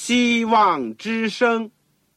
希望之声。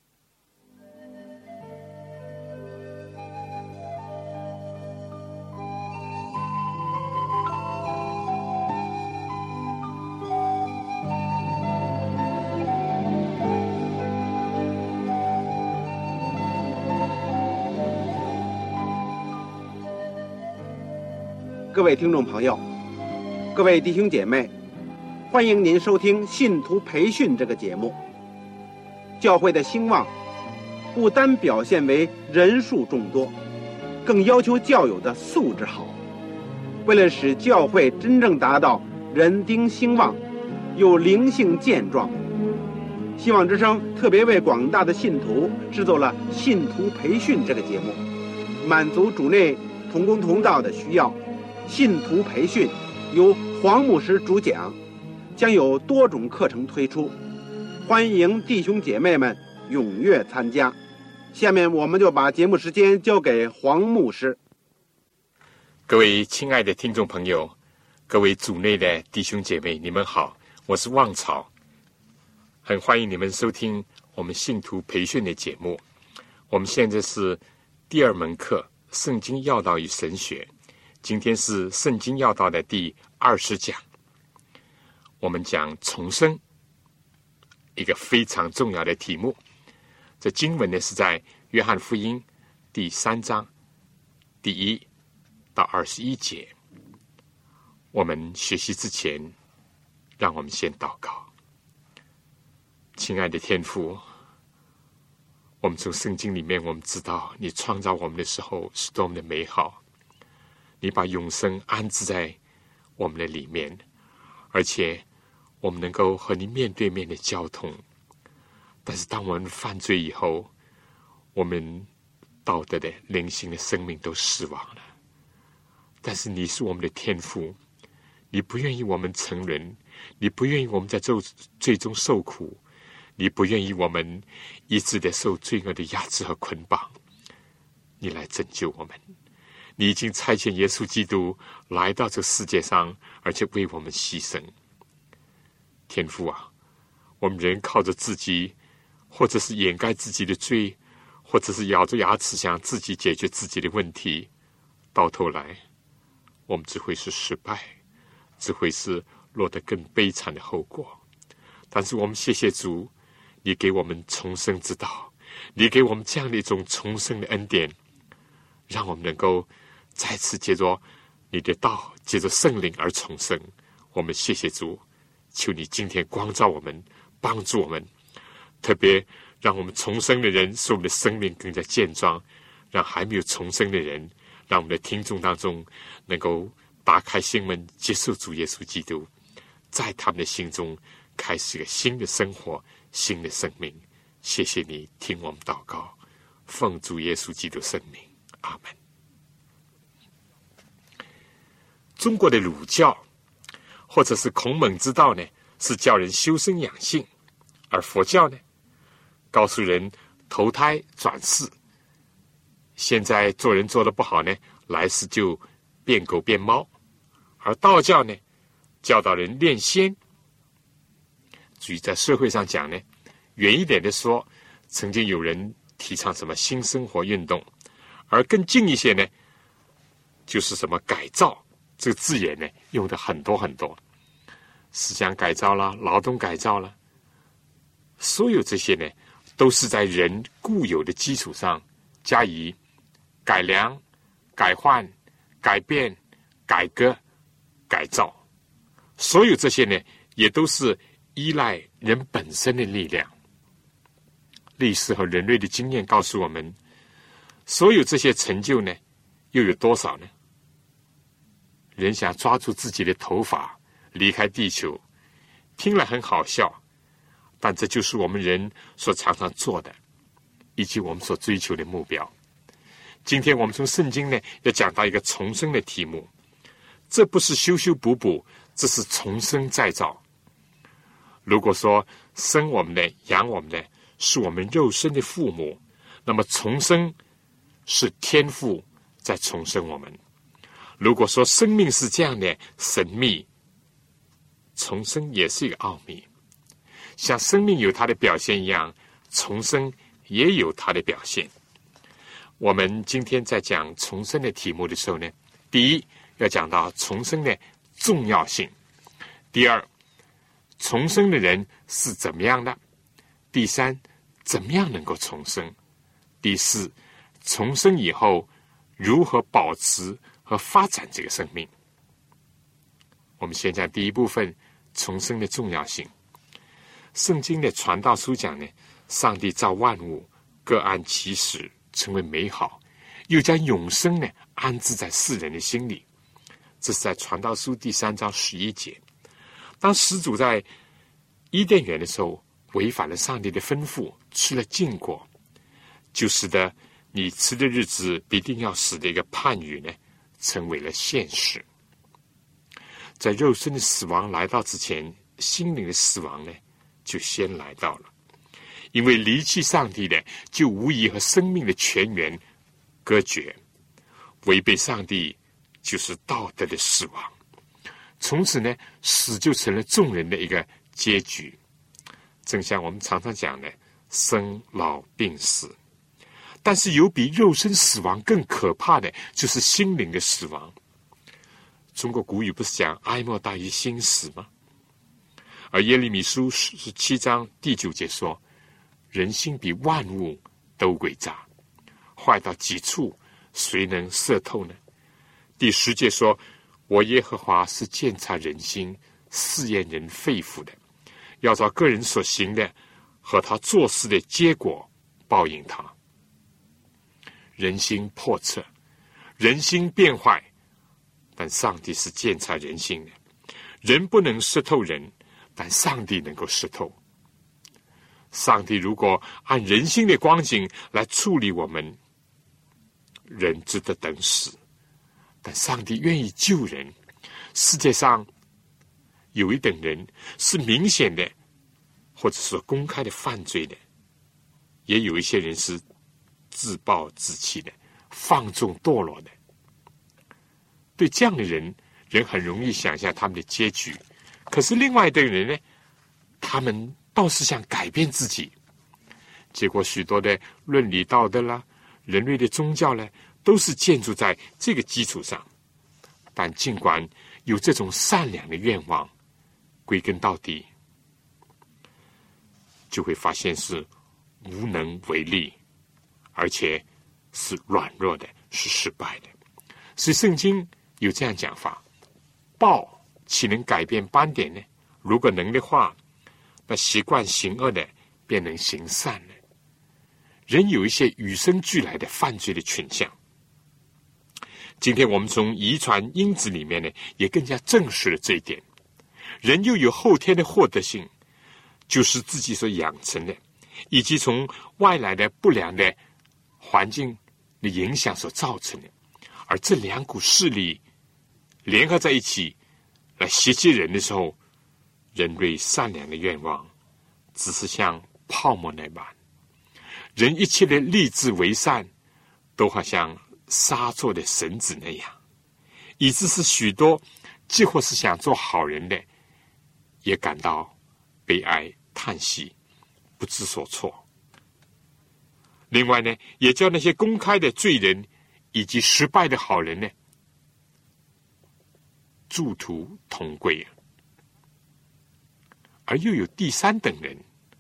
各位听众朋友，各位弟兄姐妹，欢迎您收听信徒培训这个节目。教会的兴旺不单表现为人数众多，更要求教友的素质好。为了使教会真正达到人丁兴旺又灵性健壮，希望之声特别为广大的信徒制作了信徒培训这个节目，满足主内同工同道的需要。信徒培训由黄牧师主讲，将有多种课程推出，欢迎弟兄姐妹们踊跃参加。下面我们就把节目时间交给黄牧师。 各位亲爱的听众朋友，各位主内的弟兄姐妹，你们好，我是旺草，很欢迎你们收听我们信徒培训的节目。我们现在是第2门课，圣经要道与神学。今天是圣经要道的第20讲，我们讲重生，一个非常重要的题目。这经文呢是在约翰福音第3章第1到21节。我们学习之前，让我们先祷告。亲爱的天父，我们从圣经里面我们知道你创造我们的时候是多么的美好，你把永生安置在我们的里面，而且我们能够和你面对面的交通。但是当我们犯罪以后，我们道德的灵性的生命都失亡了。但是你是我们的天父，你不愿意我们成人，你不愿意我们在最终受苦，你不愿意我们一直的受罪恶的压制和捆绑，你来拯救我们。你已经差遣耶稣基督来到这世界上，而且为我们牺牲。天父啊，我们人靠着自己，或者是掩盖自己的罪，或者是咬着牙齿想自己解决自己的问题，到头来我们只会是失败，只会是落得更悲惨的后果。但是我们谢谢主，你给我们重生之道，你给我们这样的一种重生的恩典，让我们能够再次借着你的道，借着圣灵而重生。我们谢谢主，求你今天光照我们，帮助我们，特别让我们重生的人使我们的生命更加健壮，让还没有重生的人，让我们的听众当中能够打开心门，接受主耶稣基督，在他们的心中开始一个新的生活，新的生命。谢谢你听我们祷告，奉主耶稣基督圣名，阿门。中国的儒教或者是孔孟之道呢，是叫人修身养性，而佛教呢，告诉人投胎转世，现在做人做得不好呢，来世就变狗变猫。而道教呢，教导人炼仙。至于在社会上讲呢，远一点的说，曾经有人提倡什么新生活运动，而更近一些呢，就是什么改造，这个字眼呢用的很多很多，思想改造啦，劳动改造啦，所有这些呢，都是在人固有的基础上加以改良、改换、改变、改革、改造。所有这些呢，也都是依赖人本身的力量。历史和人类的经验告诉我们，所有这些成就呢，又有多少呢？人想抓住自己的头发离开地球，听了很好笑，但这就是我们人所常常做的，以及我们所追求的目标。今天我们从圣经呢，要讲到一个重生的题目，这不是修修补补，这是重生再造。如果说生我们的、养我们的是我们肉身的父母，那么重生是天父在重生我们。如果说生命是这样的神秘，重生也是一个奥秘。 像生命有它的表现一样，重生也有它的表现。我们今天在讲重生的题目的时候呢，第一要讲到重生的重要性，第二，重生的人是怎么样的，第三，怎么样能够重生，第四，重生以后如何保持和发展这个生命。我们先讲第一部分，重生的重要性。圣经的传道书讲呢，上帝造万物各按其时成为美好，又将永生呢安置在世人的心里。这是在传道书第3章11节。当始祖在伊甸园的时候违反了上帝的吩咐，吃了禁果，就使得你吃的日子必定要死的一个判语呢成为了现实。在肉身的死亡来到之前，心灵的死亡呢就先来到了。因为离弃上帝的，就无疑和生命的泉源隔绝，违背上帝就是道德的死亡。从此呢，死就成了众人的一个结局。正像我们常常讲的，生老病死。但是有比肉身死亡更可怕的，就是心灵的死亡。中国古语不是讲哀莫大于心死吗？而耶利米书17章第9节说，人心比万物都诡诈，坏到极处，谁能测透呢？第10节说，我耶和华是鉴察人心，试验人肺腑的，要照个人所行的和他做事的结果报应他。人心叵测，人心变坏，但上帝是鉴察人心的。人不能识透人，但上帝能够识透。上帝如果按人心的光景来处理我们，人值得等死，但上帝愿意救人。世界上有一等人是明显的或者说公开的犯罪的，也有一些人是自暴自弃的，放纵堕落的。对这样的人，人很容易想象他们的结局。可是另外一等人呢，他们倒是想改变自己，结果许多的伦理道德啦，人类的宗教呢，都是建筑在这个基础上。但尽管有这种善良的愿望，归根到底就会发现是无能为力，而且是软弱的，是失败的。所以圣经有这样讲法，豹岂能改变斑点呢？如果能的话，那习惯行恶的便能行善了。人有一些与生俱来的犯罪的倾向。今天我们从遗传因子里面呢，也更加证实了这一点。人又有后天的获得性，就是自己所养成的，以及从外来的不良的环境的影响所造成的。而这两股势力联合在一起来袭击人的时候，人类善良的愿望只是像泡沫那般，人一切的立志为善都好像纱作的绳子那样，以致是许多既或是想做好人的，也感到悲哀叹息，不知所措。另外呢，也叫那些公开的罪人以及失败的好人呢，殊途同归。而又有第三等人，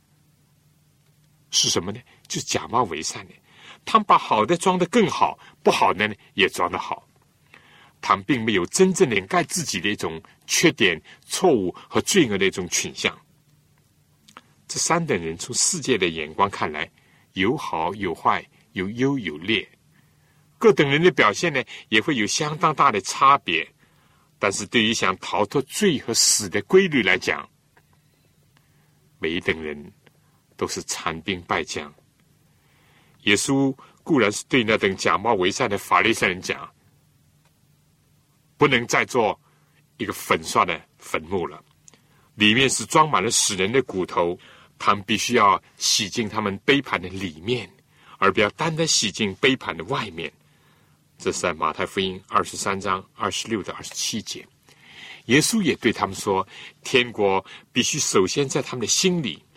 是什么呢？就是假冒为善的。他们把好的装得更好，不好的呢也装得好。他们并没有真正掩盖自己的一种缺点、错误和罪恶的一种倾向。这三等人从世界的眼光看来，有好有坏，有优有劣。各等人的表现呢，也会有相当大的差别。但是对于想逃脱罪和死的规律来讲，每一等人都是残兵败将。耶稣固然是对那等假冒为善的法利赛人讲，不能再做一个粉刷的坟墓了，里面是装满了死人的骨头，他们必须要洗净他们杯盘的里面，而不要单单洗净杯盘的外面。这是在马太福音23章26到27节。耶稣也对他们说，天国必须首先在他们的心里，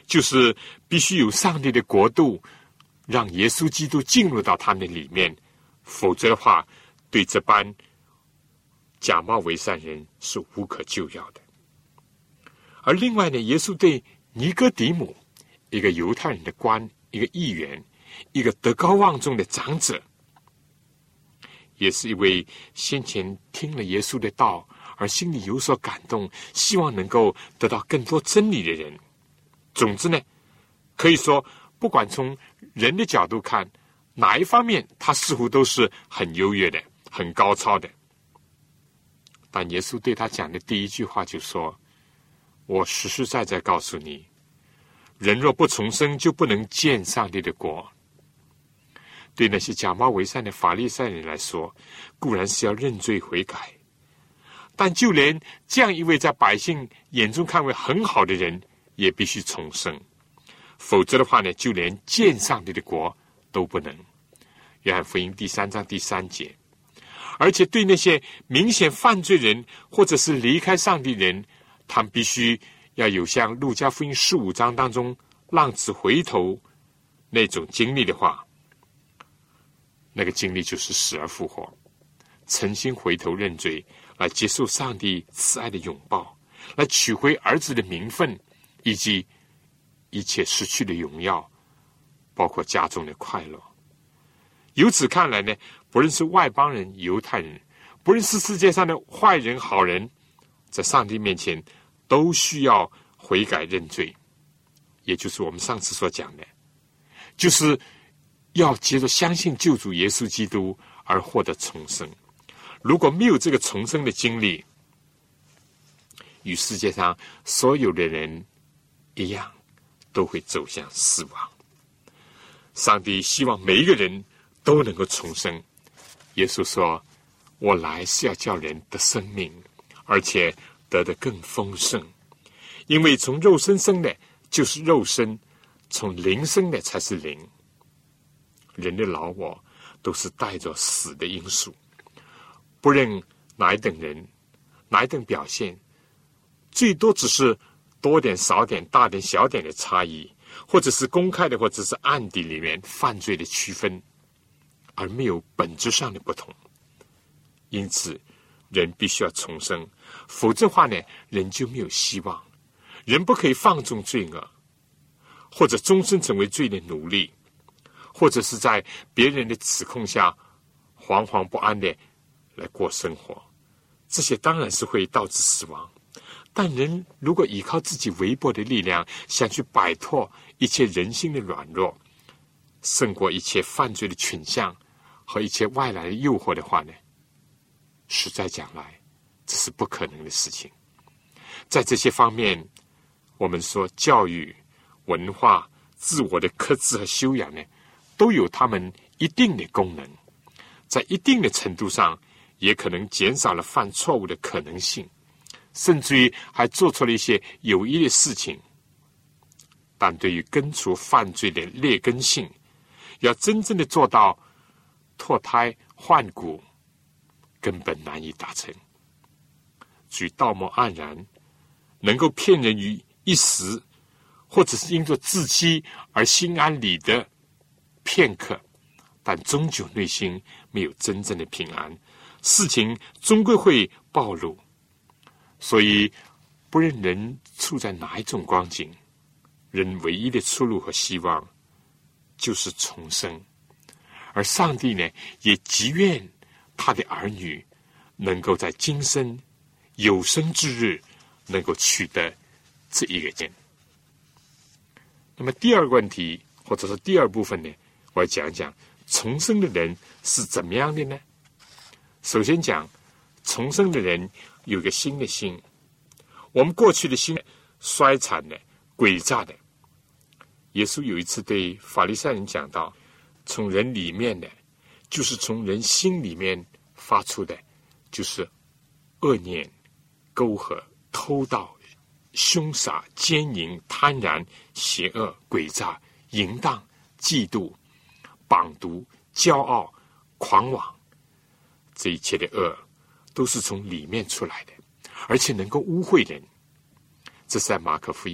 就是必须有上帝的国度，让耶稣基督进入到他们的里面，否则的话，对这般假冒为善人是无可救药的。而另外呢，耶稣对尼哥底母，一个犹太人的官，一个议员，一个德高望重的长者，也是一位先前听了耶稣的道而心里有所感动，希望能够得到更多真理的人。总之呢，可以说不管从人的角度看，哪一方面他似乎都是很优越的，很高超的。但耶稣对他讲的第一句话就说，我实实在在告诉你，人若不重生，就不能见上帝的国。对那些假冒为善的法利赛人来说，固然是要认罪悔改，但就连这样一位在百姓眼中看为很好的人，也必须重生，否则的话呢，就连见上帝的国都不能。约翰福音第3章第3节。而且对那些明显犯罪人或者是离开上帝人，他们必须要有像路加福音15章当中浪子回头那种经历的话，那个经历就是死而复活，诚心回头认罪，来接受上帝慈爱的拥抱，来取回儿子的名分，以及一切失去的荣耀，包括家中的快乐。由此看来呢，不论是外邦人、犹太人，不论是世界上的坏人、好人，在上帝面前都需要悔改认罪，也就是我们上次所讲的，就是要接着相信救主耶稣基督而获得重生。如果没有这个重生的经历，与世界上所有的人一样，都会走向死亡。上帝希望每一个人都能够重生。耶稣说，我来是要叫人得生命，而且得的更丰盛。因为从肉身生的就是肉身，从灵生的才是灵。人的老我都是带着死的因素，不论哪一等人，哪一等表现，最多只是多点少点大点小点的差异，或者是公开的或者是暗地里面犯罪的区分，而没有本质上的不同。因此人必须要重生，否则的话呢，人就没有希望。人不可以放纵罪恶，或者终身成为罪的奴隶，或者是在别人的指控下惶惶不安的来过生活，这些当然是会导致死亡。但人如果依靠自己微薄的力量，想去摆脱一切人性的软弱，胜过一切犯罪的倾向和一切外来的诱惑的话呢，实在讲来，这是不可能的事情。在这些方面，我们说教育、文化、自我的克制和修养呢，都有他们一定的功能，在一定的程度上，也可能减少了犯错误的可能性，甚至于还做出了一些有益的事情。但对于根除犯罪的劣根性，要真正的做到脱胎换骨，根本难以达成。至于道貌岸然，能够骗人于一时，或者是因着自欺而心安理得片刻，但终究内心没有真正的平安，事情终归会暴露。所以不论人处在哪一种光景，人唯一的出路和希望就是重生。而上帝呢，也极愿他的儿女能够在今生有生之日能够取得这一个见。那么第二个问题，或者是第二部分呢，我要讲讲重生的人是怎么样的呢？首先讲重生的人有一个新的心，我们过去的心衰残的、诡诈的。耶稣有一次对法利赛人讲到，从人里面的，就是从人心里面发出的，就是恶念、沟壑、偷盗、凶杀、奸淫、贪婪、邪恶、诡诈、淫荡、嫉妒、绑毒、骄傲、狂妄。这一切的恶都是从里面出来的，而且能够污秽人。这是在马可福音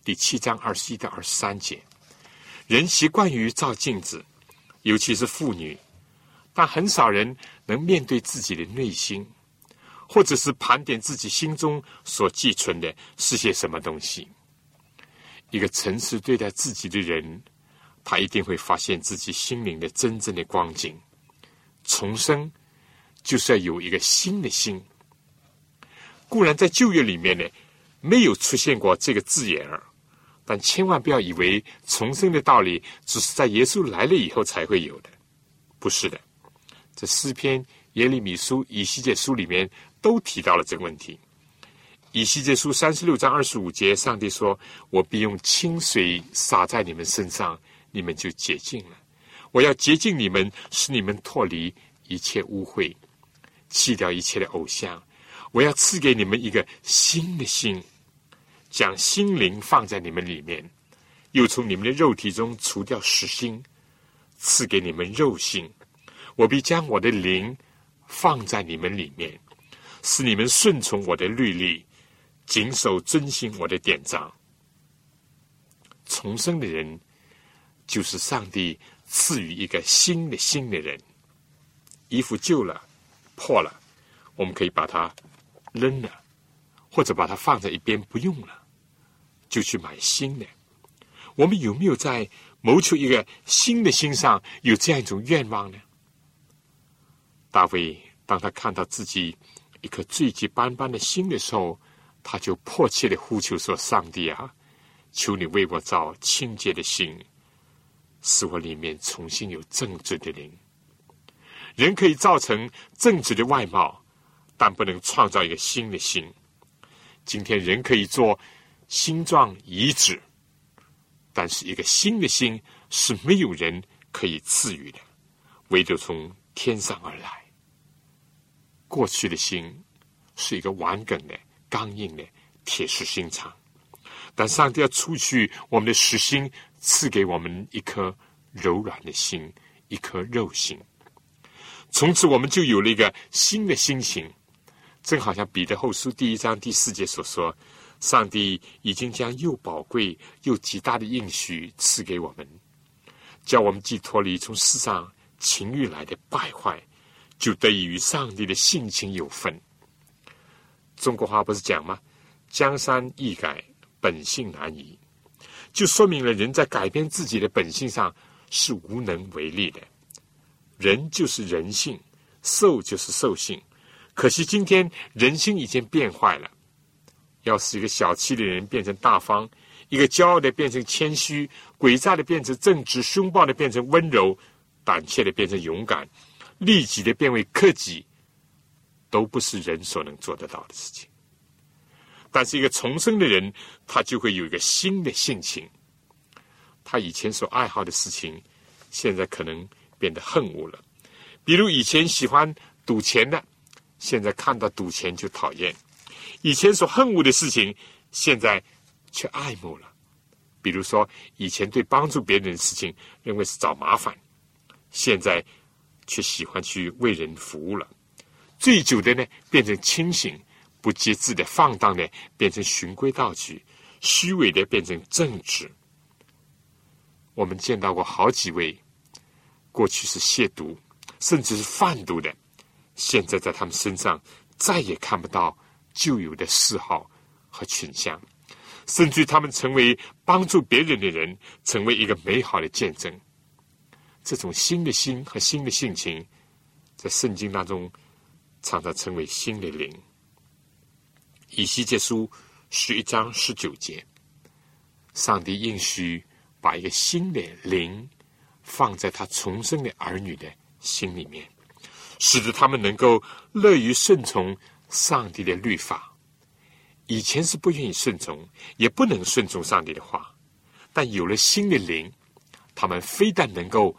第7章21到23节。人习惯于照镜子，尤其是妇女，但很少人能面对自己的内心，或者是盘点自己心中所寄存的是些什么东西。一个诚实对待自己的人，他一定会发现自己心灵的真正的光景。重生就是要有一个新的心。固然在旧约里面呢，没有出现过这个字眼儿，但千万不要以为重生的道理只是在耶稣来了以后才会有的，不是的。这诗篇、耶利米书、以西结书里面都提到了这个问题。以西结书36章25节，上帝说：我必用清水洒在你们身上，你们就洁净了。我要洁净你们，使你们脱离一切污秽，弃掉一切的偶像。我要赐给你们一个新的心，将心灵放在你们里面，又从你们的肉体中除掉实心，赐给你们肉性。我必将我的灵放在你们里面，使你们顺从我的律例，谨守遵行我的典章。重生的人就是上帝赐予一个新的心的人。衣服旧了破了，我们可以把它扔了，或者把它放在一边不用了，就去买新的。我们有没有在谋求一个新的心上有这样一种愿望呢？大卫当他看到自己一颗罪迹斑斑的心的时候，他就迫切地呼求说：上帝啊，求你为我造清洁的心，使我里面重新有正直的灵。人可以造成正直的外貌，但不能创造一个新的心。今天人可以做心脏移植，但是一个新的心是没有人可以赐予的，唯独从天上而来。过去的心是一个顽梗的、刚硬的铁石心肠，但上帝要除去我们的实心，赐给我们一颗柔软的心，一颗肉心。从此我们就有了一个新的心情，正好像彼得后书第1章第4节所说，上帝已经将又宝贵又极大的应许赐给我们，叫我们既脱离从世上情欲来的败坏，就得以与上帝的性情有分。中国话不是讲吗？江山易改，本性难移，就说明了人在改变自己的本性上是无能为力的。人就是人性，兽就是兽性。可惜今天人心已经变坏了，要使一个小气的人变成大方，一个骄傲的变成谦虚，诡诈的变成正直，凶暴的变成温柔，胆怯的变成勇敢，利己的变为克己，都不是人所能做得到的事情。但是一个重生的人，他就会有一个新的性情，他以前所爱好的事情，现在可能变得恨恶了。比如以前喜欢赌钱的，现在看到赌钱就讨厌；以前所恨恶的事情，现在却爱慕了。比如说以前对帮助别人的事情认为是找麻烦，现在却喜欢去为人服务了。醉酒的呢，变成清醒；不节制的、放荡的，变成循规蹈矩；虚伪的，变成正直。我们见到过好几位过去是亵渎甚至是贩毒的，现在在他们身上再也看不到旧有的嗜好和倾向，甚至他们成为帮助别人的人，成为一个美好的见证。这种新的心和新的性情，在圣经当中常常称为新的灵。以西结书11章19节，上帝应许把一个新的灵放在他重生的儿女的心里面，使得他们能够乐于顺从上帝的律法。以前是不愿意顺从，也不能顺从上帝的话，但有了新的灵，他们非但能够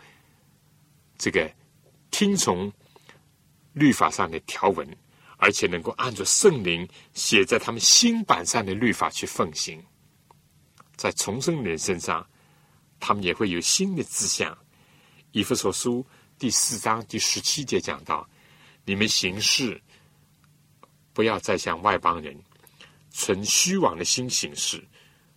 听从律法上的条文，而且能够按照圣灵写在他们心板上的律法去奉行。在重生人身上，他们也会有新的志向。以弗所书第4章第17节讲到，你们行事不要再像外邦人存虚妄的心行事，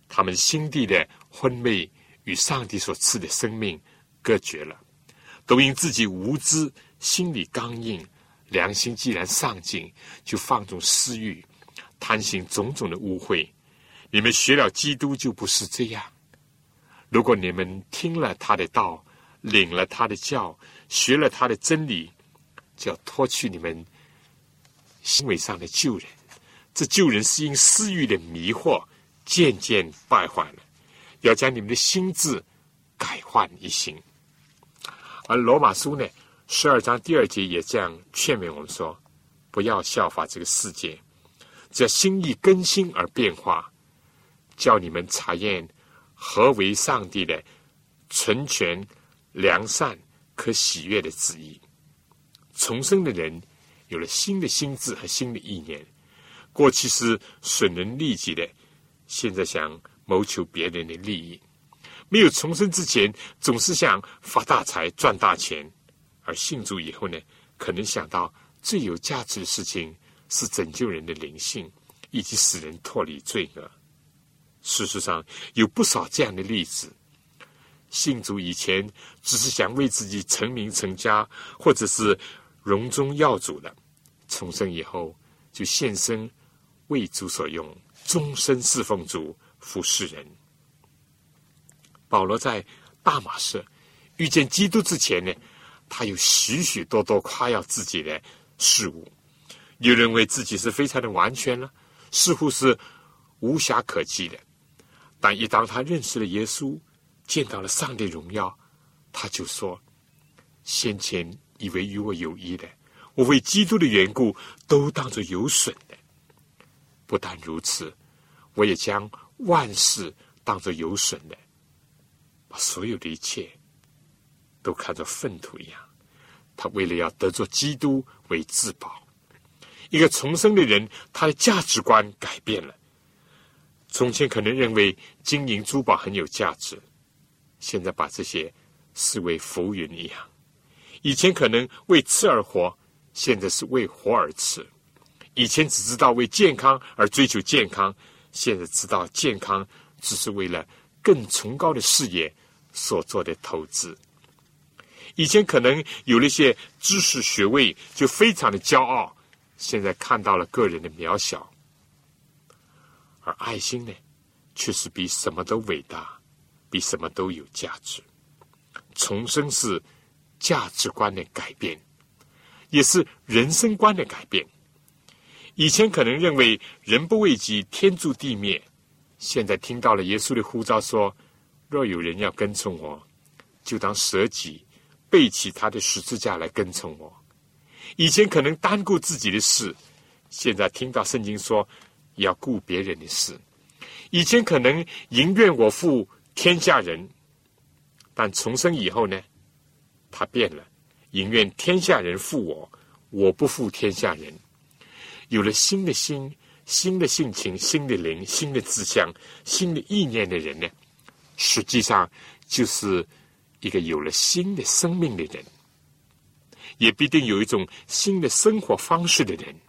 他们心地的昏昧与上帝所赐的生命隔绝了，都因自己无知，心里刚硬，良心既然丧尽，就放纵私欲，贪行种种的污秽。你们学了基督就不是这样。如果你们听了他的道，领了他的教，学了他的真理，就要脱去你们行为上的旧人。这旧人是因私欲的迷惑渐渐败坏了，要将你们的心智改换一新。而罗马书呢12章第2节也这样劝勉我们说，不要效法这个世界，只要心意更新而变化，叫你们查验何为上帝的纯全、良善、可喜悦的旨意。重生的人有了新的心智和新的意念，过去是损人利己的，现在想谋求别人的利益。没有重生之前，总是想发大财、赚大钱，而信主以后呢，可能想到最有价值的事情是拯救人的灵性，以及使人脱离罪恶。事实上，有不少这样的例子。信主以前只是想为自己成名成家，或者是荣宗耀祖的，重生以后就献身为主所用，终身侍奉主，服侍人。保罗在大马士遇见基督之前呢，他有许许多多夸耀自己的事物，又认为自己是非常的完全了，似乎是无瑕可击的。但一当他认识了耶稣，见到了上帝荣耀，他就说，先前以为与我有益的，我为基督的缘故都当作有损的。不但如此，我也将万事当作有损的，把所有的一切都看作粪土一样。他为了要得着基督为至宝。一个重生的人，他的价值观改变了。从前可能认为金银珠宝很有价值，现在把这些视为浮云一样。以前可能为吃而活，现在是为活而吃。以前只知道为健康而追求健康，现在知道健康只是为了更崇高的事业所做的投资。以前可能有了一些知识学位就非常的骄傲，现在看到了个人的渺小。而爱心呢，却是比什么都伟大，比什么都有价值。重生是价值观的改变，也是人生观的改变。以前可能认为人不为己，天诛地灭，现在听到了耶稣的呼召说，若有人要跟从我，就当舍己，背起他的十字架来跟从我。以前可能单顾自己的事，现在听到圣经说也要顾别人的事。以前可能宁愿我负天下人，但重生以后呢，他变了，宁愿天下人负我，我不负天下人。有了新的心、新的性情、新的灵、新的志向、新的意念的人呢，实际上就是一个有了新的生命的人，也必定有一种新的生活方式的人。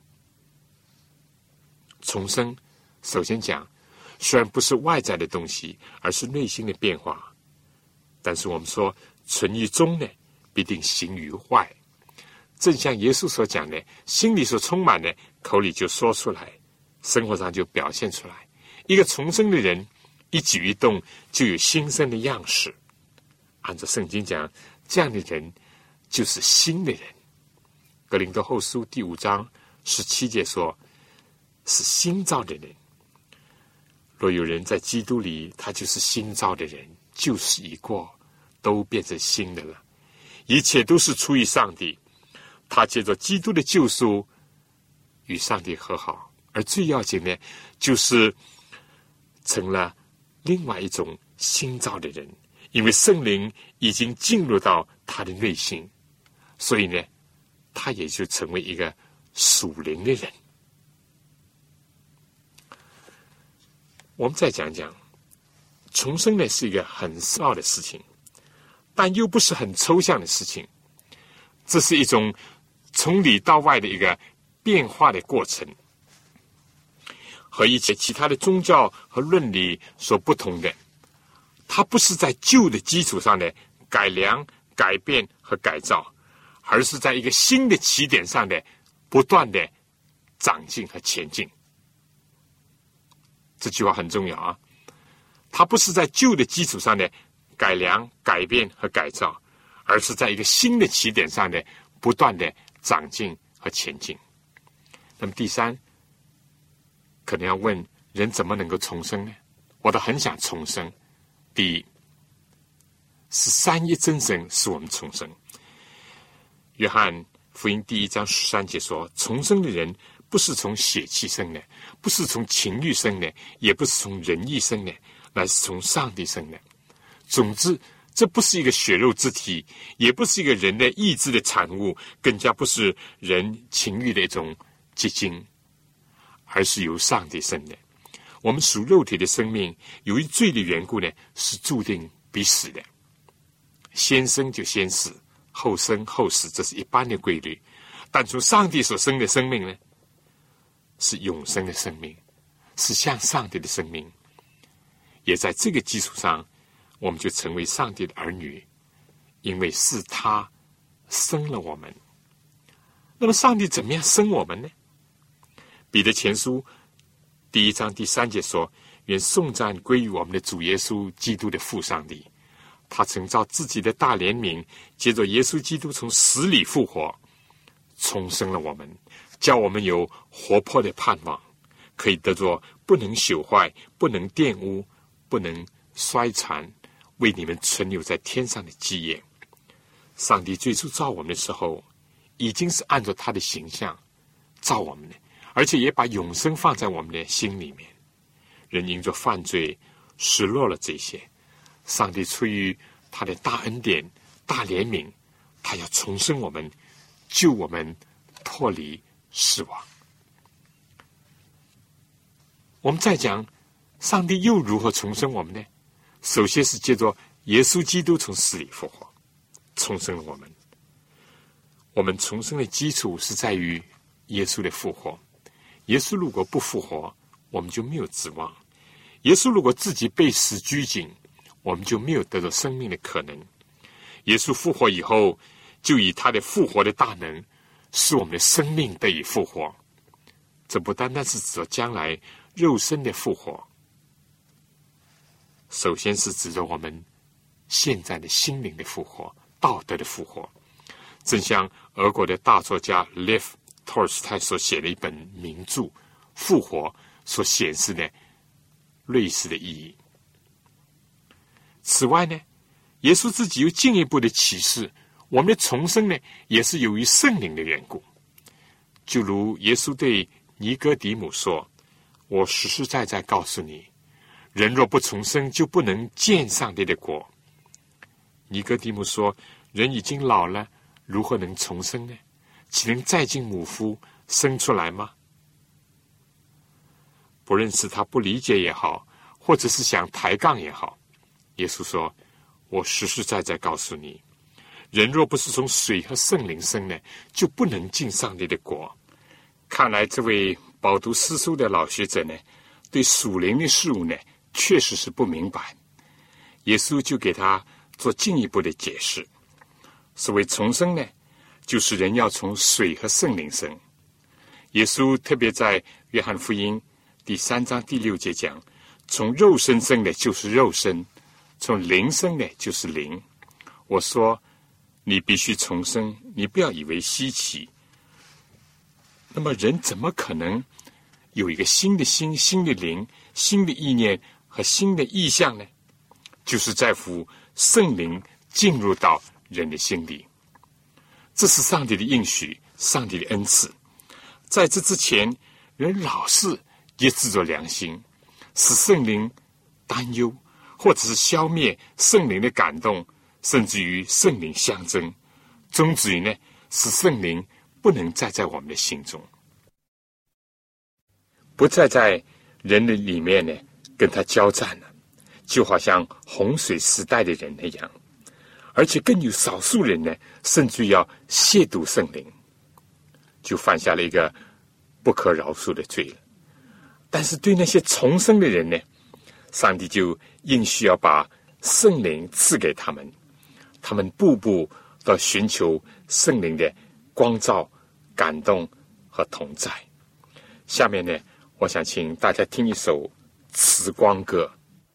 重生首先讲，虽然不是外在的东西，而是内心的变化，但是我们说存于中呢，必定行于外。正像耶稣所讲的，心里所充满的，口里就说出来，生活上就表现出来。一个重生的人，一举一动就有新生的样式。按照圣经讲，这样的人就是新的人。哥林多后书第5章17节说，是新造的人。若有人在基督里，他就是新造的人，旧事已过，都变成新的了。一切都是出于上帝，他借着基督的救赎与上帝和好，而最要紧的就是成了另外一种新造的人，因为圣灵已经进入到他的内心，所以呢，他也就成为一个属灵的人。我们再讲讲，重生呢是一个很深奥的事情，但又不是很抽象的事情。这是一种从里到外的一个变化的过程， 和一切其他的宗教和伦理所不同的，它不是在旧的基础上的改良、改变和改造，而是在一个新的起点上的不断的长进和前进。这句话很重要啊！它不是在旧的基础上的改良、改变和改造，而是在一个新的起点上的不断的长进和前进。那么第三，可能要问人怎么能够重生呢？我倒很想重生。第一，是三一真神使我们重生。约翰福音第1章13节说，重生的人不是从血气生的，不是从情欲生的，也不是从人意生的，乃是从上帝生的。总之，这不是一个血肉之体，也不是一个人的意志的产物，更加不是人情欲的一种结晶，而是由上帝生的。我们属肉体的生命，由于罪的缘故呢，是注定必死的。先生就先死，后生后死，这是一般的规律。但从上帝所生的生命呢，是永生的生命，是像上帝的生命。也在这个基础上，我们就成为上帝的儿女，因为是他生了我们。那么上帝怎么样生我们呢？彼得前书第1章第3节说，愿颂赞归于我们的主耶稣基督的父上帝，他曾照自己的大怜悯，借着耶稣基督从死里复活，重生了我们，叫我们有活泼的盼望，可以得着不能朽坏、不能玷污、不能衰残，为你们存留在天上的基业。上帝最初造我们的时候，已经是按照他的形象造我们的，而且也把永生放在我们的心里面。人因着犯罪失落了这些，上帝出于他的大恩典、大怜悯，他要重生我们，救我们脱离死亡。我们再讲上帝又如何重生我们呢？首先是借着耶稣基督从死里复活，重生了我们。我们重生的基础是在于耶稣的复活。耶稣如果不复活，我们就没有指望。耶稣如果自己被死拘谨，我们就没有得到生命的可能。耶稣复活以后，就以他的复活的大能，使我们的生命得以复活。这不单单是指着将来肉身的复活，首先是指着我们现在的心灵的复活、道德的复活。正像俄国的大作家 Lev Tolstoy 所写的一本名著《复活》所显示的类似的意义。此外呢，耶稣自己又进一步的启示，我们的重生呢，也是由于圣灵的缘故。就如耶稣对尼哥底母说，我实实在在告诉你，人若不重生，就不能见上帝的国。尼哥底母说，人已经老了，如何能重生呢？岂能再进母腹生出来吗？不论是他不理解也好，或者是想抬杠也好，耶稣说，我实实在在告诉你，人若不是从水和圣灵生呢，就不能进上帝的国。看来这位饱读诗书的老学者呢，对属灵的事物呢，确实是不明白。耶稣就给他做进一步的解释。所谓重生呢，就是人要从水和圣灵生。耶稣特别在约翰福音第3章第6节讲，从肉身生的就是肉身，从灵生的就是灵。我说你必须重生，你不要以为稀奇。那么人怎么可能有一个新的心、新的灵、新的意念和新的意向呢？就是在乎圣灵进入到人的心里。这是上帝的应许，上帝的恩赐。在这之前，人老是抑制着良心，使圣灵担忧，或者是消灭圣灵的感动，甚至于圣灵相争，终止于呢，使圣灵不能再在我们的心中，不再在人的里面呢跟他交战了，就好像洪水时代的人那样。而且更有少数人呢，甚至要亵渎圣灵，就犯下了一个不可饶恕的罪了。 但是对那些重生的人呢，上帝就应许要把圣灵赐给他们，他们步步都寻求圣灵的光照、感动和同在。下面呢，我想请大家听一首慈光歌。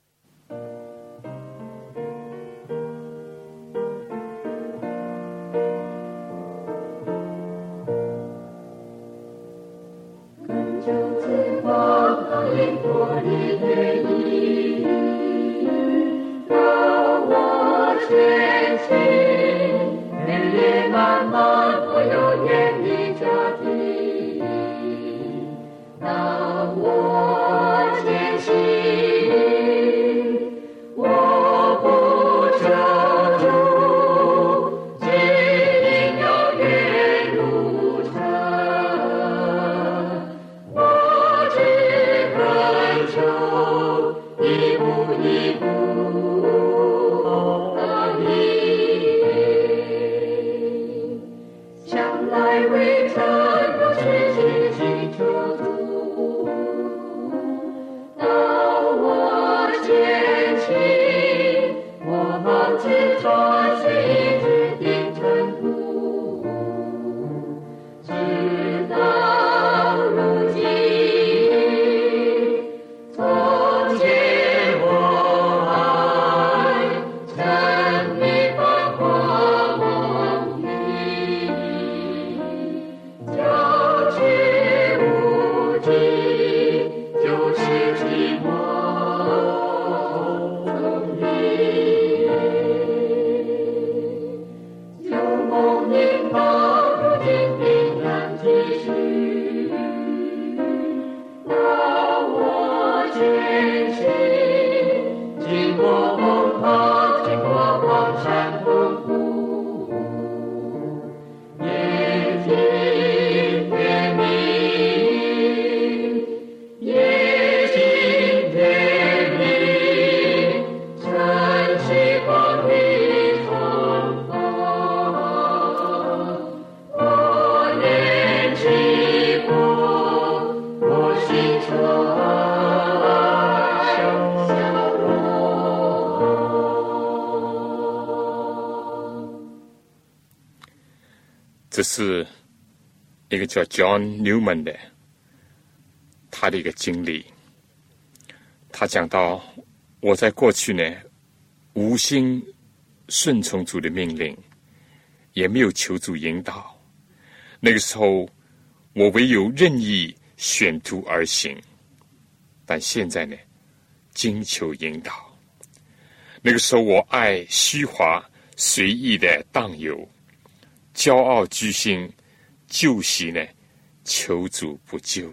这是一个叫 John Newman 的他的一个经历。他讲到，我在过去呢，无心顺从主的命令，也没有求主引导。那个时候，我唯有任意选途而行。但现在呢，经求引导。那个时候，我爱虚华随意的荡游，骄傲居心，旧习呢，求主不救。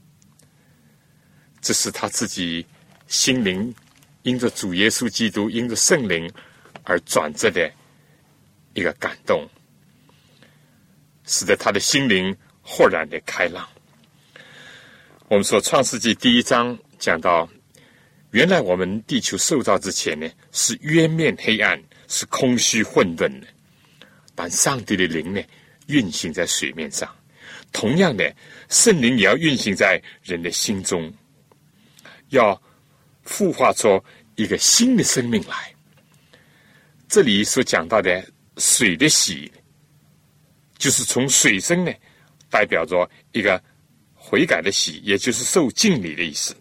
这是他自己心灵因着主耶稣基督，因着圣灵而转折的一个感动，使得他的心灵豁然的开朗。我们说创世纪第1章讲到，原来我们地球受造之前呢，是渊面黑暗，是空虚混沌的，但上帝的灵呢，运行在水面上。同样的，圣灵也要运行在人的心中，要孵化出一个新的生命来。这里所讲到的水的洗，就是从水生呢，代表着一个悔改的洗，也就是受浸礼的意思。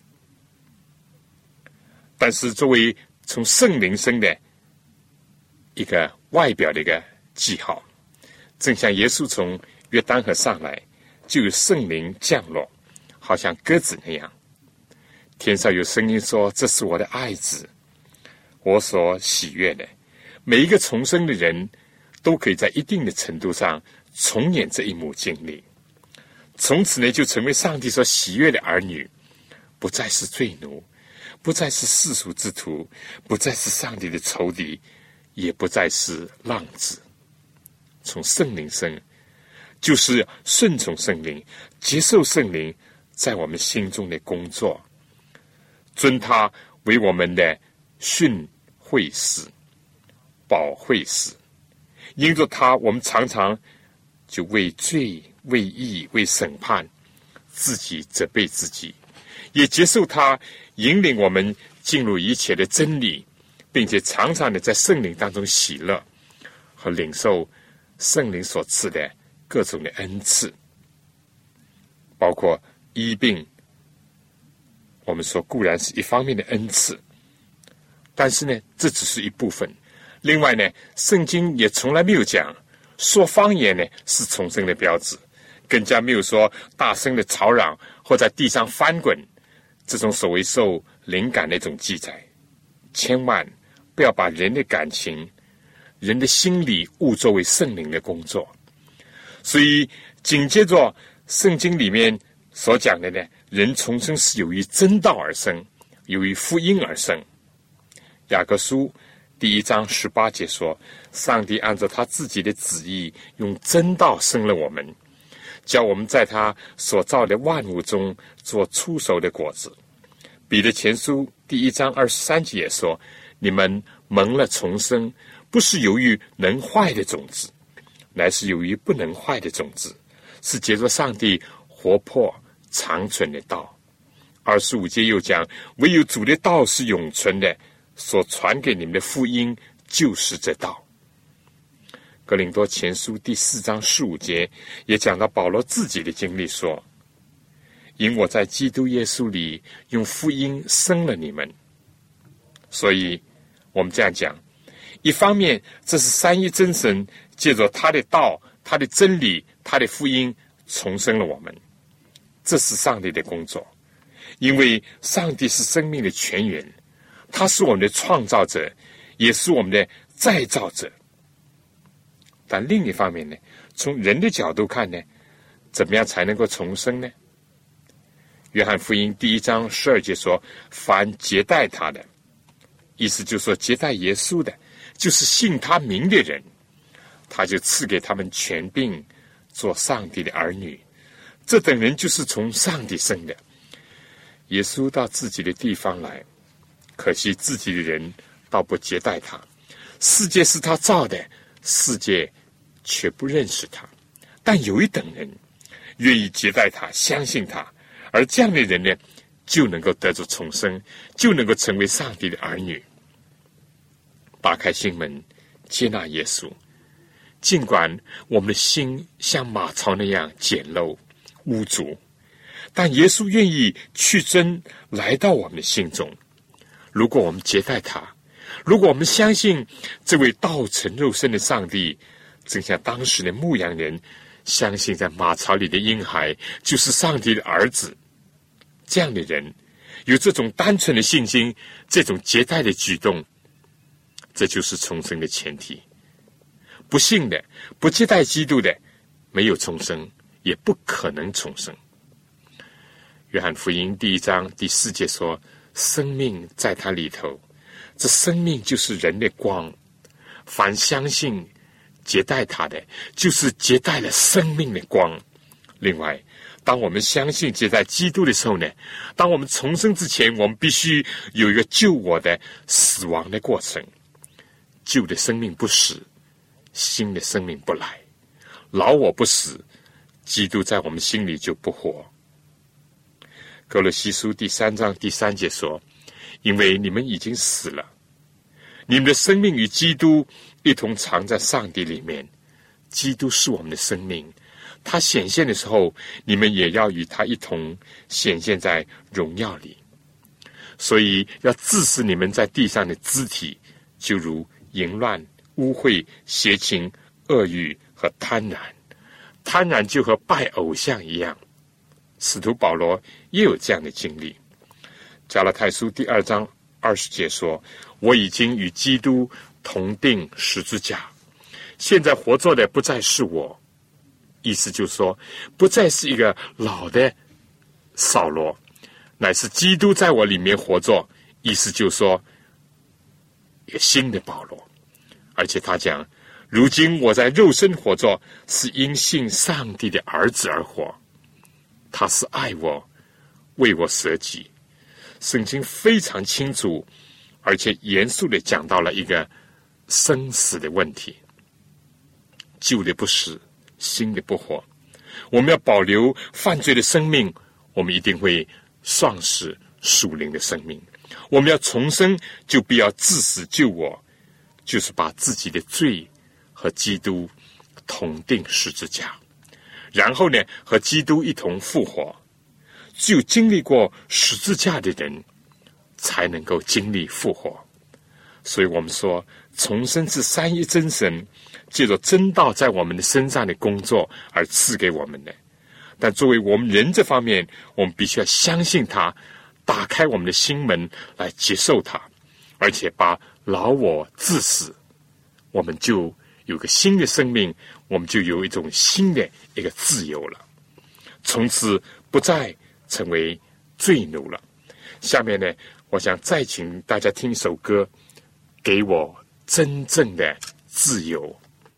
但是作为从圣灵生的一个外表的一个记号，正像耶稣从约旦河上来，就有圣灵降落，好像鸽子那样。天上有声音说，这是我的爱子，我所喜悦的。每一个重生的人都可以在一定的程度上重演这一幕经历，从此呢，就成为上帝所喜悦的儿女，不再是罪奴，不再是世俗之徒，不再是上帝的仇敌，也不再是浪子。从圣灵生，就是顺从圣灵，接受圣灵在我们心中的工作，尊他为我们的训诲师、保惠师。因着他，我们常常就为罪、为义、为审判自己责备自己， 也接受他引领我们进入一切的真理，并且常常的在圣灵当中喜乐和领受圣灵所赐的各种的恩赐，包括医病。我们说固然是一方面的恩赐，但是呢，这只是一部分。另外呢，圣经也从来没有讲说方言呢是重生的标志，更加没有说大声的吵嚷或在地上翻滚这种所谓受灵感的一种记载。千万不要把人的感情、人的心理误作为圣灵的工作。所以紧接着圣经里面所讲的呢，人重生是由于真道而生，由于福音而生。雅各书第1章18节说，上帝按照他自己的旨意，用真道生了我们，叫我们在他所造的万物中做出熟的果子。彼得前书第1章23节也说，你们蒙了重生，不是由于能坏的种子，乃是由于不能坏的种子，是借着上帝活泼长存的道。25节又讲，唯有主的道是永存的，所传给你们的福音就是这道。哥林多前书第4章15节也讲到保罗自己的经历说，因我在基督耶稣里用福音生了你们。所以我们这样讲，一方面这是三一真神借着他的道、他的真理、他的福音重生了我们，这是上帝的工作。因为上帝是生命的泉源，他是我们的创造者，也是我们的再造者。但另一方面呢，从人的角度看呢，怎么样才能够重生呢？约翰福音第1章12节说，凡接待他的，意思就是说接待耶稣的，就是信他名的人，他就赐给他们权柄做上帝的儿女。这等人就是从上帝生的。耶稣到自己的地方来，可惜自己的人倒不接待他。世界是他造的，世界却不认识他。但有一等人愿意接待他，相信他，而这样的人呢，就能够得着重生，就能够成为上帝的儿女。打开心门，接纳耶稣。尽管我们的心像马槽那样简陋污浊，但耶稣愿意去真来到我们的心中。如果我们接待他，如果我们相信这位道成肉身的上帝，正像当时的牧羊人相信在马槽里的婴孩就是上帝的儿子，这样的人有这种单纯的信心，这种接待的举动，这就是重生的前提。不信的、不接待基督的，没有重生，也不可能重生。约翰福音第1章第4节说，生命在他里头，这生命就是人的光，凡相信接待他的，就是接待了生命的光。另外，当我们相信接待基督的时候呢，当我们重生之前，我们必须有一个救我的死亡的过程。旧的生命不死，新的生命不来，老我不死，基督在我们心里就不活。哥罗西书第3章第3节说，因为你们已经死了，你们的生命与基督一同藏在上帝里面。基督是我们的生命，他显现的时候，你们也要与他一同显现在荣耀里。所以要治死你们在地上的肢体，就如淫乱、污秽、邪情、恶欲和贪婪。贪婪就和拜偶像一样。使徒保罗也有这样的经历。加拉太书第2章20节说，我已经与基督同钉十字架，现在活着的不再是我。意思就是说，不再是一个老的扫罗，乃是基督在我里面活着。意思就是说，一个新的保罗。而且他讲，如今我在肉身活着，是因信上帝的儿子而活。他是爱我，为我舍己。圣经非常清楚，而且严肃地讲到了一个生死的问题。旧的不死，新的不活。我们要保留犯罪的生命，我们一定会丧失属灵的生命。我们要重生，就必要治死救我，就是把自己的罪和基督同定十字架，然后呢，和基督一同复活。只有经历过十字架的人，才能够经历复活。所以我们说，重生是三一真神借着真道在我们的身上的工作而赐给我们的。但作为我们人这方面，我们必须要相信他，打开我们的心门来接受他，而且把老我治死，我们就有个新的生命，我们就有一种新的一个自由了，从此不再成为罪奴了。下面呢，我想再请大家听一首歌，给我真正的自由。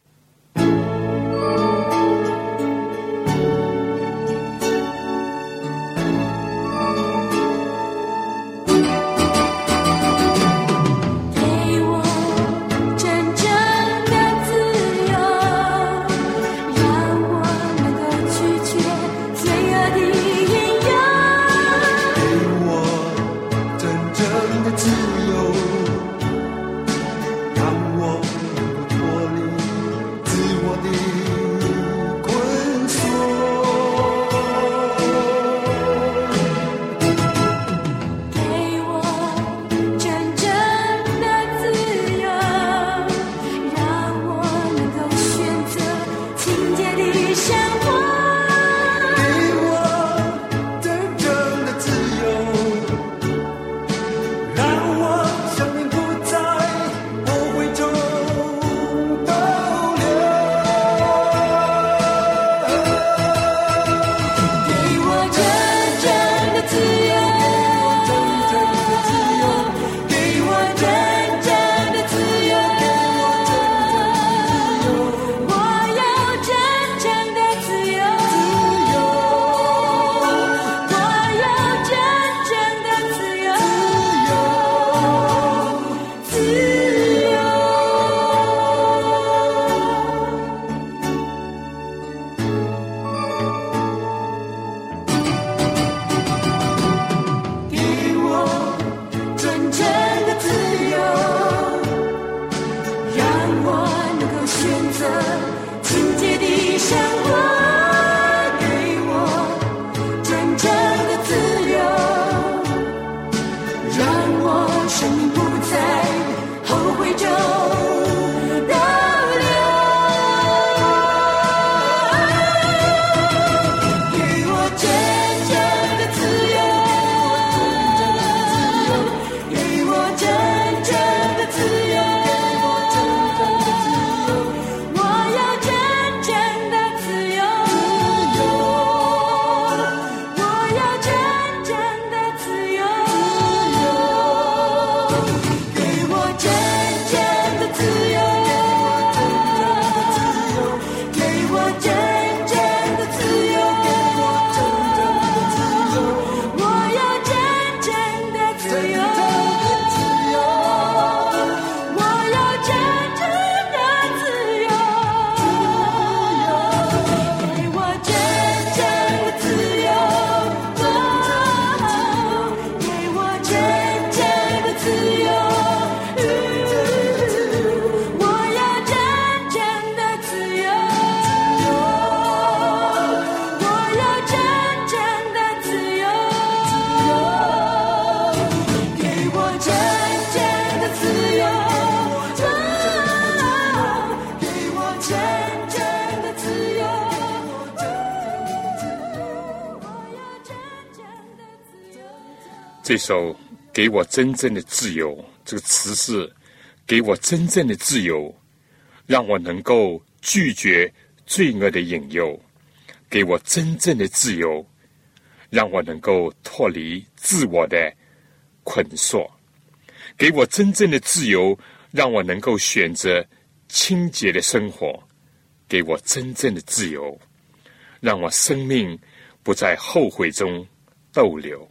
这首给我真正的自由，这个词是给我真正的自由，让我能够拒绝罪恶的引诱，给我真正的自由，让我能够脱离自我的捆锁，给我真正的自由，让我能够选择清洁的生活，给我真正的自由，让我生命不在后悔中逗留。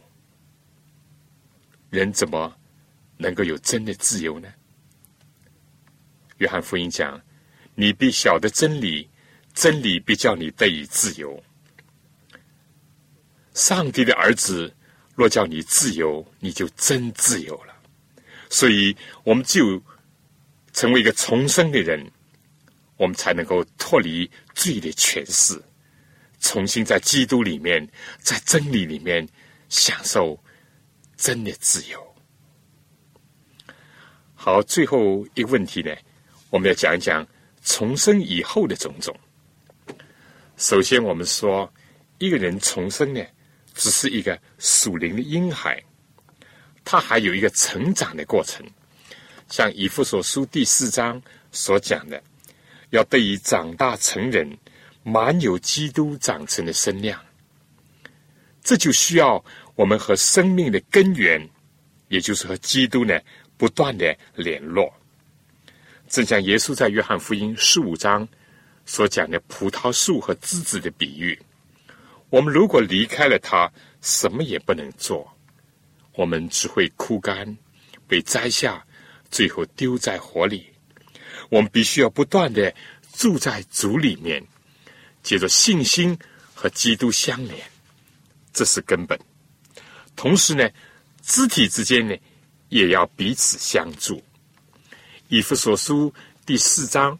人怎么能够有真的自由呢？约翰福音讲，你必晓得真理，真理必叫你得以自由。上帝的儿子若叫你自由，你就真自由了。所以我们只有成为一个重生的人，我们才能够脱离罪的权势，重新在基督里面，在真理里面享受真的自由。好，最后一个问题呢，我们要讲一讲重生以后的种种。首先我们说，一个人重生呢，只是一个属灵的婴孩，他还有一个成长的过程。像以弗所书第4章所讲的，要得以长大成人，满有基督长成的身量。这就需要我们和生命的根源，也就是和基督呢，不断的联络。正像耶稣在约翰福音15章所讲的葡萄树和枝子的比喻，我们如果离开了它，什么也不能做，我们只会枯干，被摘下，最后丢在火里。我们必须要不断的住在主里面，借着信心和基督相连，这是根本。同时呢，肢体之间呢，也要彼此相助。以弗所书第4章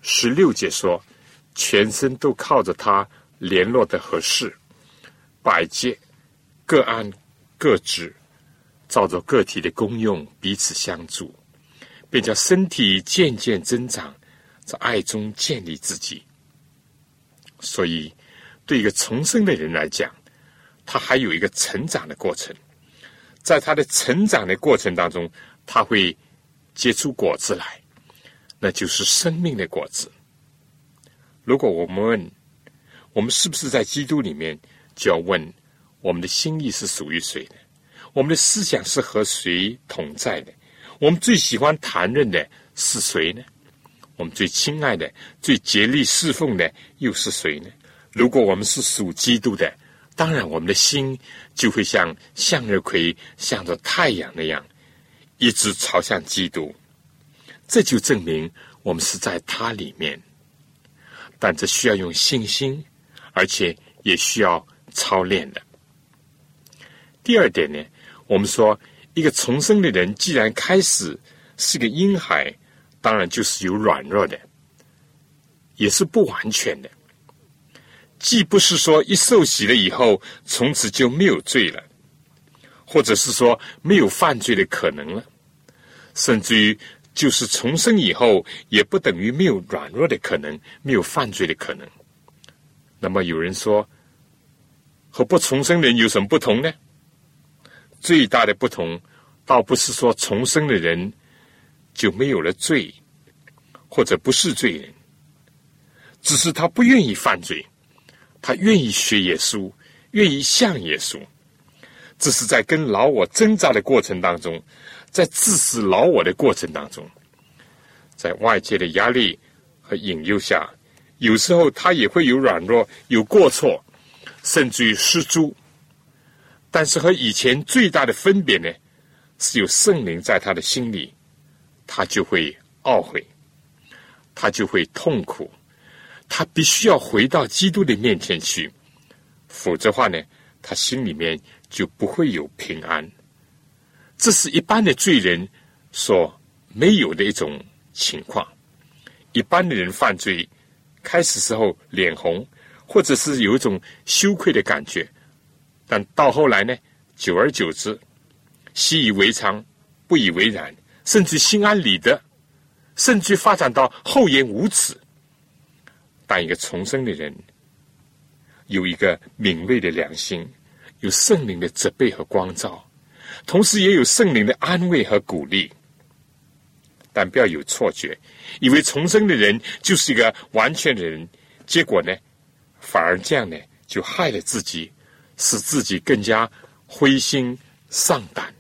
16节说，全身都靠着他联络的合适，百节各按各职，照着个体的功用彼此相助，便叫身体渐渐增长，在爱中建立自己。所以对一个重生的人来讲，他还有一个成长的过程。在他的成长的过程当中，他会结出果子来，那就是生命的果子。如果我们问我们是不是在基督里面，就要问我们的心意是属于谁的，我们的思想是和谁同在的，我们最喜欢谈论的是谁呢？我们最亲爱的、最竭力侍奉的又是谁呢？如果我们是属基督的，当然我们的心就会像向日葵向着太阳那样，一直朝向基督。这就证明我们是在他里面。但这需要用信心，而且也需要操练的。第二点呢，我们说一个重生的人既然开始是个婴孩，当然就是有软弱的，也是不完全的。既不是说一受洗了以后从此就没有罪了，或者是说没有犯罪的可能了，甚至于就是重生以后也不等于没有软弱的可能，没有犯罪的可能。那么有人说，和不重生的人有什么不同呢？最大的不同倒不是说重生的人就没有了罪，或者不是罪人，只是他不愿意犯罪，他愿意学耶稣，愿意像耶稣。这是在跟老我挣扎的过程当中，在致死老我的过程当中，在外界的压力和引诱下，有时候他也会有软弱，有过错，甚至于失足。但是和以前最大的分别呢，是有圣灵在他的心里，他就会懊悔，他就会痛苦，他必须要回到基督的面前去，否则的话呢，他心里面就不会有平安。这是一般的罪人所没有的一种情况。一般的人犯罪，开始时候脸红，或者是有一种羞愧的感觉，但到后来呢，久而久之，习以为常，不以为然，甚至心安理得，甚至发展到厚颜无耻。但一个重生的人，有一个敏锐的良心，有圣灵的责备和光照，同时也有圣灵的安慰和鼓励。但不要有错觉，以为重生的人就是一个完全的人，结果呢，反而这样呢，就害了自己，使自己更加灰心丧胆。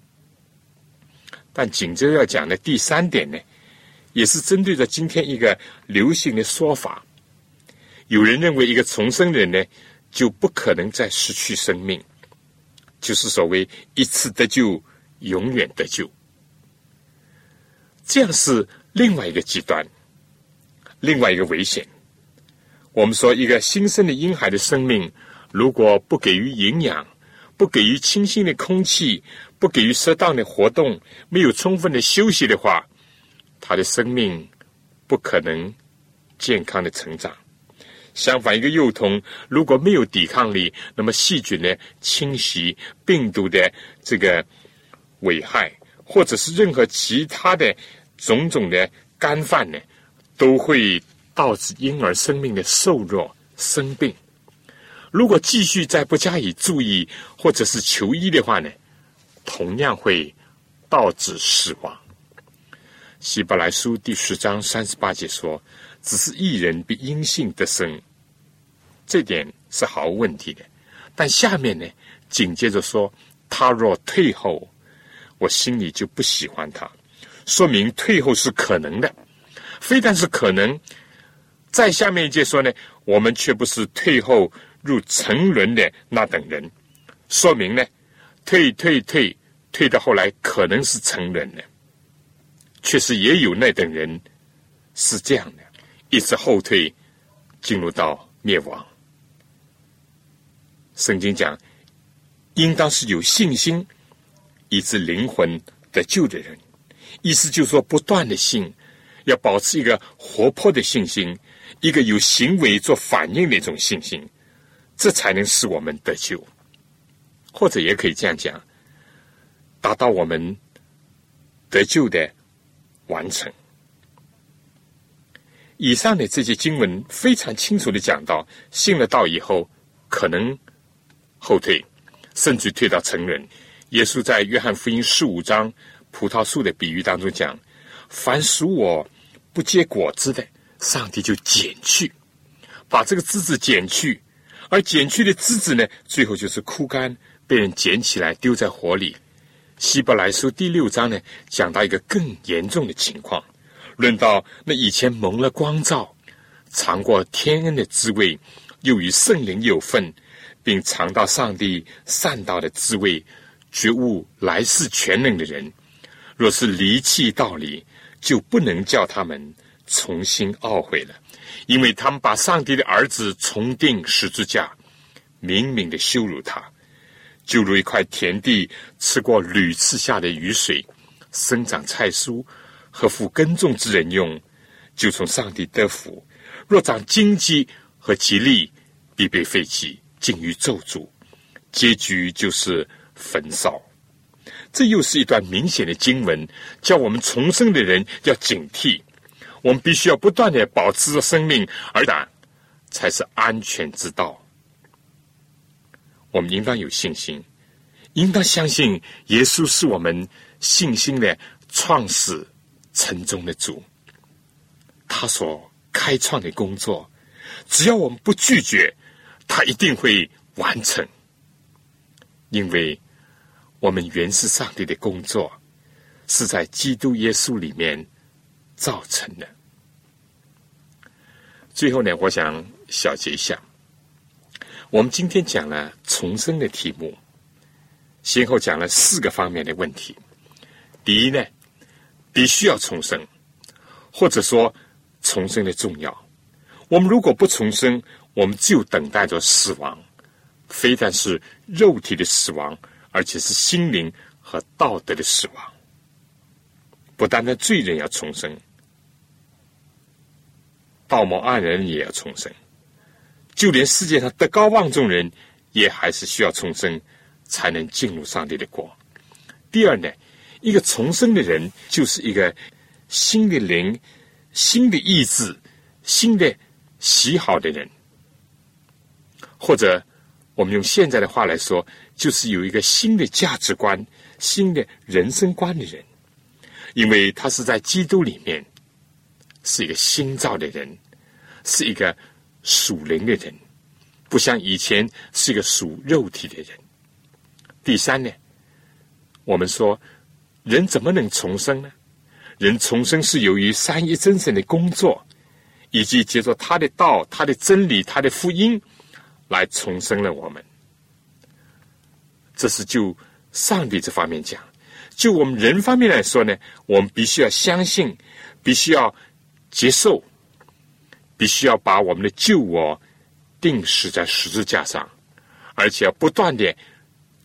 但紧接着要讲的第三点呢，也是针对着今天一个流行的说法。有人认为一个重生的人呢，就不可能再失去生命，就是所谓一次得救，永远得救。这样是另外一个极端，另外一个危险。我们说一个新生的婴孩的生命，如果不给予营养， 不给予清新的空气，不给予适当的活动，没有充分的休息的话，他的生命不可能健康的成长。相反，一个幼童如果没有抵抗力，那么细菌的侵袭、病毒的这个危害，或者是任何其他的种种的干犯呢，都会导致婴儿生命的瘦弱、生病。如果继续再不加以注意，或者是求医的话呢，同样会导致死亡。希伯来书第10章38节说，只是义人比因信得生，这点是毫无问题的。但下面呢，紧接着说，他若退后，我心里就不喜欢他，说明退后是可能的，非但是可能，在下面一节说呢，我们却不是退后入沉沦的那等人，说明呢，退到后来可能是沉沦的。确实也有那等人是这样的，一直后退，进入到灭亡。圣经讲，应当是有信心以致灵魂得救的人，意思就是说，不断的信，要保持一个活泼的信心，一个有行为做反应的一种信心，这才能使我们得救。或者也可以这样讲，达到我们得救的完成。以上的这些经文非常清楚地讲到，信了道以后可能后退，甚至退到沉沦。耶稣在约翰福音15章葡萄树的比喻当中讲，凡属我不结果子的，上帝就剪去，把这个枝子剪去，而剪去的枝子呢，最后就是枯干，被人捡起来丢在火里。希伯来书第6章呢，讲到一个更严重的情况，论到那以前蒙了光照，尝过天恩的滋味，又与圣灵有份，并尝到上帝善道的滋味，觉悟来世全能的人，若是离弃道理，就不能叫他们重新懊悔了，因为他们把上帝的儿子重钉十字架，明明的羞辱他，就如一块田地吃过屡次下的雨水，生长菜蔬，合乎耕种之人用，就从上帝得福；若长荆棘和吉利，必被废弃，尽于咒诅，结局就是焚烧。这又是一段明显的经文，叫我们重生的人要警惕，我们必须要不断的保持着生命，而这才是安全之道。我们应当有信心，应当相信耶稣是我们信心的创始成终的主，他所开创的工作，只要我们不拒绝，他一定会完成。因为我们原是上帝的工作，是在基督耶稣里面造成的。最后呢，我想小结一下，我们今天讲了重生的题目，先后讲了4个方面的问题。第一呢，必须要重生，或者说重生的重要。我们如果不重生，我们就等待着死亡，非但是肉体的死亡，而且是心灵和道德的死亡。不单单罪人要重生，道貌岸然人也要重生，就连世界上德高望重人也还是需要重生，才能进入上帝的国。第二呢，一个重生的人就是一个新的灵、新的意志、新的喜好的人，或者我们用现在的话来说，就是有一个新的价值观、新的人生观的人，因为他是在基督里面是一个新造的人，是一个属灵的人，不像以前是一个属肉体的人。第三呢，我们说人怎么能重生呢？人重生是由于三一真神的工作，以及借着他的道、他的真理、他的福音来重生了我们。这是就上帝这方面讲。就我们人方面来说呢，我们必须要相信，必须要接受，必须要把我们的旧我钉死在十字架上，而且要不断的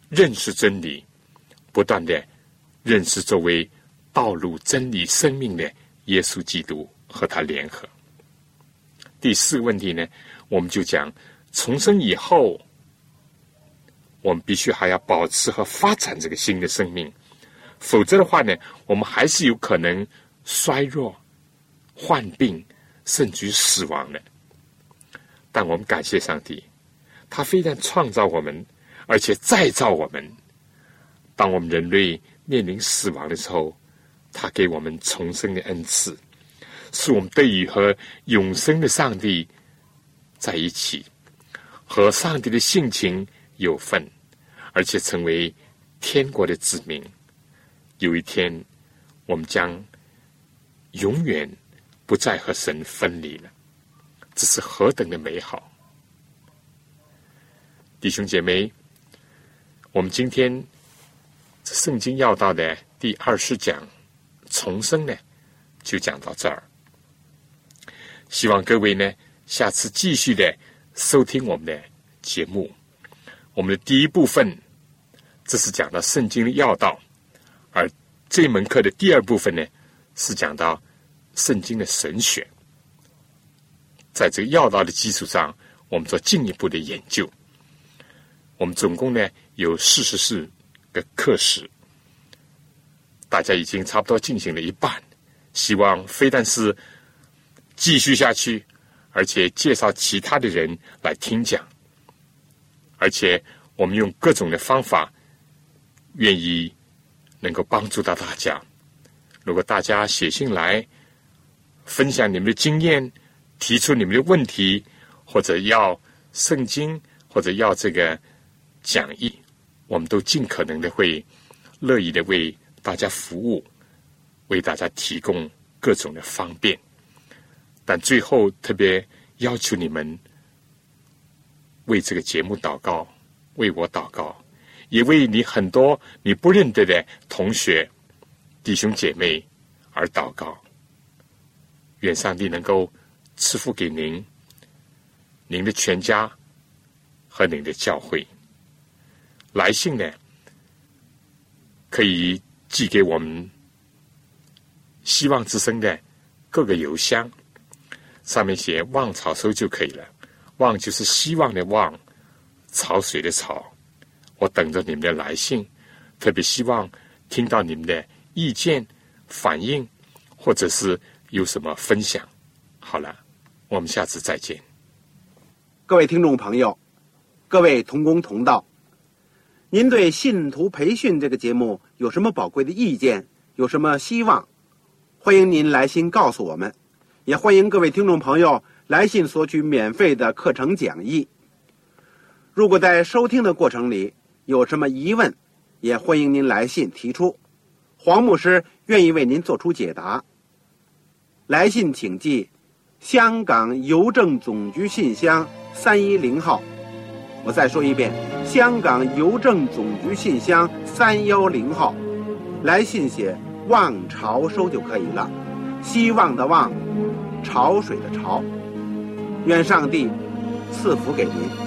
认识真理，不断的认识作为道路、真理、生命的耶稣基督，和他联合。第四个问题呢，我们就讲重生以后，我们必须还要保持和发展这个新的生命，否则的话呢，我们还是有可能衰弱、患病，甚至于死亡的。但我们感谢上帝，他非但创造我们，而且再造我们。当我们人类面临死亡的时候，他给我们重生的恩赐，使我们得以和永生的上帝在一起，和上帝的性情有份，而且成为天国的子民。有一天，我们将永远不再和神分离了，这是何等的美好！弟兄姐妹，我们今天圣经要道的第20讲重生呢，就讲到这儿。希望各位呢，下次继续的收听我们的节目。我们的第一部分，这是讲到圣经的要道，而这门课的第二部分呢，是讲到圣经的神学。在这个要道的基础上，我们做进一步的研究。我们总共呢有44个课时，大家已经差不多进行了一半。希望非但是继续下去，而且介绍其他的人来听讲，而且我们用各种的方法，愿意能够帮助到大家。如果大家写信来分享你们的经验，提出你们的问题，或者要圣经，或者要这个讲义，我们都尽可能的会乐意的为大家服务，为大家提供各种的方便。但最后特别要求你们为这个节目祷告，为我祷告，也为你很多你不认得的同学、弟兄姐妹而祷告。愿上帝能够赐福给您、您的全家和您的教会。来信呢，可以寄给我们希望之声的各个邮箱，上面写望草收就可以了。望就是希望的望，潮水的潮。我等着你们的来信，特别希望听到你们的意见、反应，或者是有什么分享。好了，我们下次再见。 各位听众朋友，各位同工同道，您对信徒培训这个节目有什么宝贵的意见，有什么希望，欢迎您来信告诉我们，也欢迎各位听众朋友来信索取免费的课程讲义。如果在收听的过程里有什么疑问，也欢迎您来信提出，黄牧师愿意为您做出解答。来信请寄香港邮政总局信箱310号。我再说一遍，香港邮政总局信箱310号。来信写望潮收就可以了，希望的望，潮水的潮。愿上帝赐福给您。